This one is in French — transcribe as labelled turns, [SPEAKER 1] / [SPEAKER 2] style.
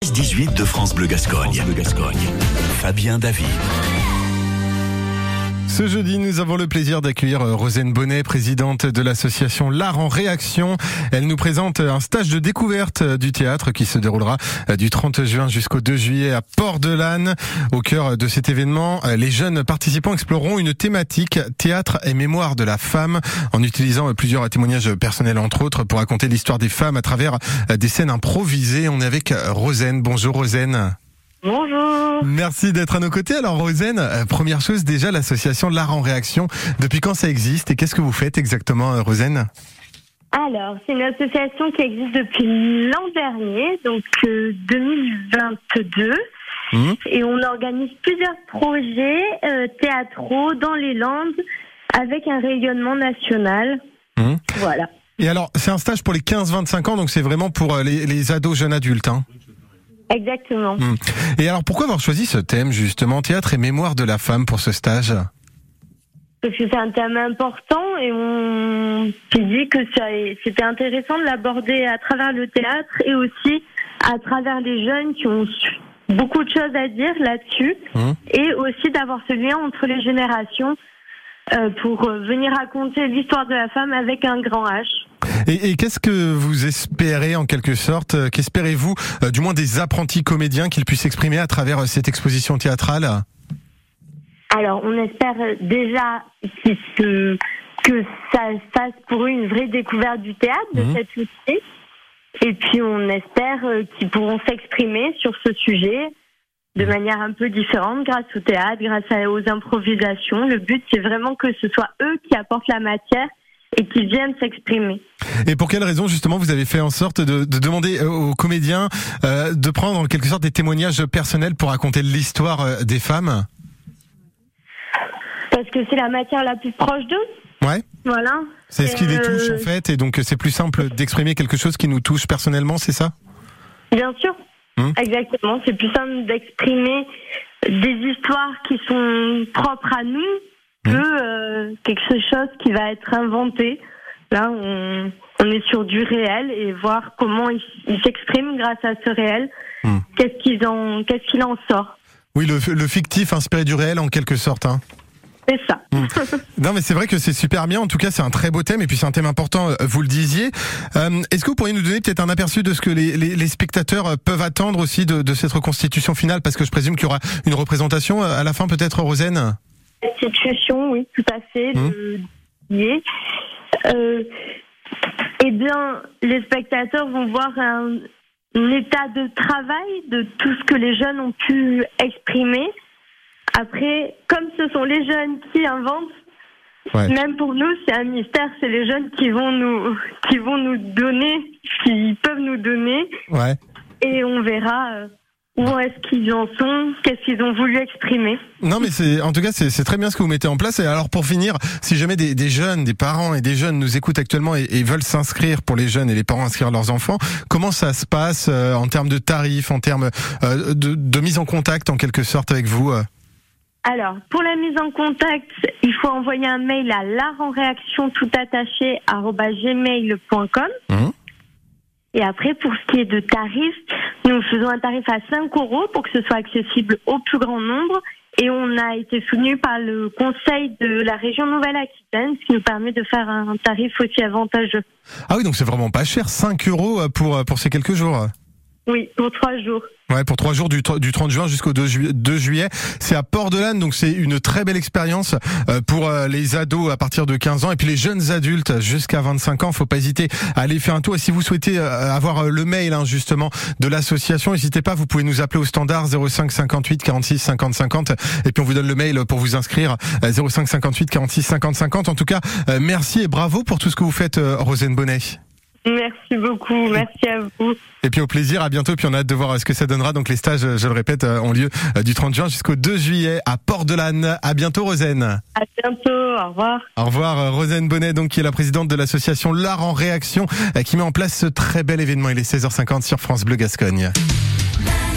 [SPEAKER 1] 10-18 de France Bleu Gascogne. Fabien David.
[SPEAKER 2] Ce jeudi, nous avons le plaisir d'accueillir Rosaine Bonnet, présidente de l'association L'Art en Réaction. Elle nous présente un stage de découverte du théâtre qui se déroulera du 30 juin jusqu'au 2 juillet à Port-de-Lanne. Au cœur de cet événement, les jeunes participants exploreront une thématique théâtre et mémoire de la femme en utilisant plusieurs témoignages personnels entre autres pour raconter l'histoire des femmes à travers des scènes improvisées. On est avec Rosaine. Bonjour Rosaine.
[SPEAKER 3] Bonjour.
[SPEAKER 2] Merci d'être à nos côtés. Alors Rosaine, première chose déjà, l'association L'Art en Réaction. depuis quand ça existe et qu'est-ce que vous faites exactement Rosaine ?
[SPEAKER 3] Alors, c'est une association qui existe depuis l'an dernier, donc 2022. Et on organise plusieurs projets théâtraux dans les Landes avec un rayonnement national. Voilà.
[SPEAKER 2] Et alors, c'est un stage pour les 15-25 ans, donc c'est vraiment pour les ados jeunes adultes, hein ?
[SPEAKER 3] Exactement.
[SPEAKER 2] Et alors, pourquoi avoir choisi ce thème, justement, théâtre et mémoire de la femme pour ce stage ?
[SPEAKER 3] Parce que c'est un thème important et on s'est dit que c'était intéressant de l'aborder à travers le théâtre et aussi à travers les jeunes qui ont beaucoup de choses à dire là-dessus et aussi d'avoir ce lien entre les générations pour venir raconter l'histoire de la femme avec un grand H.
[SPEAKER 2] Et qu'est-ce que vous espérez en quelque sorte ? Qu'espérez-vous du moins des apprentis comédiens qu'ils puissent exprimer à travers cette exposition théâtrale ?
[SPEAKER 3] Alors, on espère déjà que ça fasse pour eux une vraie découverte du théâtre, de cet outil. Et puis, on espère qu'ils pourront s'exprimer sur ce sujet de manière un peu différente grâce au théâtre, grâce aux improvisations. Le but, c'est vraiment que ce soit eux qui apportent la matière et qui viennent s'exprimer.
[SPEAKER 2] Et pour quelle raison, justement, vous avez fait en sorte de demander aux comédiens de prendre en quelque sorte des témoignages personnels pour raconter l'histoire des femmes ?
[SPEAKER 3] Parce que c'est la matière la plus proche d'eux.
[SPEAKER 2] Ouais.
[SPEAKER 3] Voilà.
[SPEAKER 2] C'est ce qui les touche, en fait, et donc c'est plus simple d'exprimer quelque chose qui nous touche personnellement, c'est ça ?
[SPEAKER 3] Bien sûr. Exactement. C'est plus simple d'exprimer des histoires qui sont propres à nous que quelque chose qui va être inventé. Là, on est sur du réel et voir comment ils s'expriment grâce à ce réel. Qu'est-ce qu'il en sort.
[SPEAKER 2] Oui, le fictif inspiré du réel en quelque sorte, hein.
[SPEAKER 3] C'est ça.
[SPEAKER 2] Non, mais c'est vrai que c'est super bien. En tout cas, c'est un très beau thème et puis c'est un thème important, vous le disiez. Est-ce que vous pourriez nous donner peut-être un aperçu de ce que les spectateurs peuvent attendre aussi de cette reconstitution finale ? Parce que je présume qu'il y aura une représentation à la fin, peut-être, Rosaine ?
[SPEAKER 3] Restitution, oui, tout à fait. Eh bien, les spectateurs vont voir un état de travail de tout ce que les jeunes ont pu exprimer. Après, comme ce sont les jeunes qui inventent, même pour nous, c'est un mystère. C'est les jeunes qui vont nous donner, qui peuvent nous donner. Et on verra où est-ce qu'ils en sont, qu'est-ce qu'ils ont voulu exprimer.
[SPEAKER 2] Non, mais en tout cas, c'est très bien ce que vous mettez en place. Et alors, pour finir, si jamais des jeunes, des parents et des jeunes nous écoutent actuellement et veulent s'inscrire pour les jeunes et les parents inscrire leurs enfants, comment ça se passe en termes de tarifs, en termes de mise en contact en quelque sorte avec vous ?
[SPEAKER 3] Alors, pour la mise en contact, il faut envoyer un mail à l'artenréaction@gmail.com. Et après, pour ce qui est de tarifs, nous faisons un tarif à 5 € pour que ce soit accessible au plus grand nombre. Et on a été soutenu par le conseil de la région Nouvelle-Aquitaine, ce qui nous permet de faire un tarif aussi avantageux. Ah
[SPEAKER 2] oui, donc c'est vraiment pas cher, 5 € pour ces quelques jours.
[SPEAKER 3] Oui, pour 3 jours.
[SPEAKER 2] Ouais, pour 3 jours du 30 juin jusqu'au 2 juillet. C'est à Port-de-Lanne, donc c'est une très belle expérience pour les ados à partir de 15 ans et puis les jeunes adultes jusqu'à 25 ans. Faut pas hésiter à aller faire un tour. Et si vous souhaitez avoir le mail justement de l'association, n'hésitez pas, vous pouvez nous appeler au standard 05 58 46 50 50 et puis on vous donne le mail pour vous inscrire 05 58 46 50 50. En tout cas, merci et bravo pour tout ce que vous faites, Rosaine Bonnet.
[SPEAKER 3] Merci beaucoup, merci à vous.
[SPEAKER 2] Et puis au plaisir, à bientôt, puis on a hâte de voir ce que ça donnera. Donc les stages, je le répète, ont lieu du 30 juin jusqu'au 2 juillet à Port-de-Lanne. À bientôt Rosaine.
[SPEAKER 3] À bientôt, au revoir.
[SPEAKER 2] Au revoir Rosaine Bonnet, donc qui est la présidente de l'association L'Art en Réaction, qui met en place ce très bel événement. Il est 16h50 sur France Bleu Gascogne.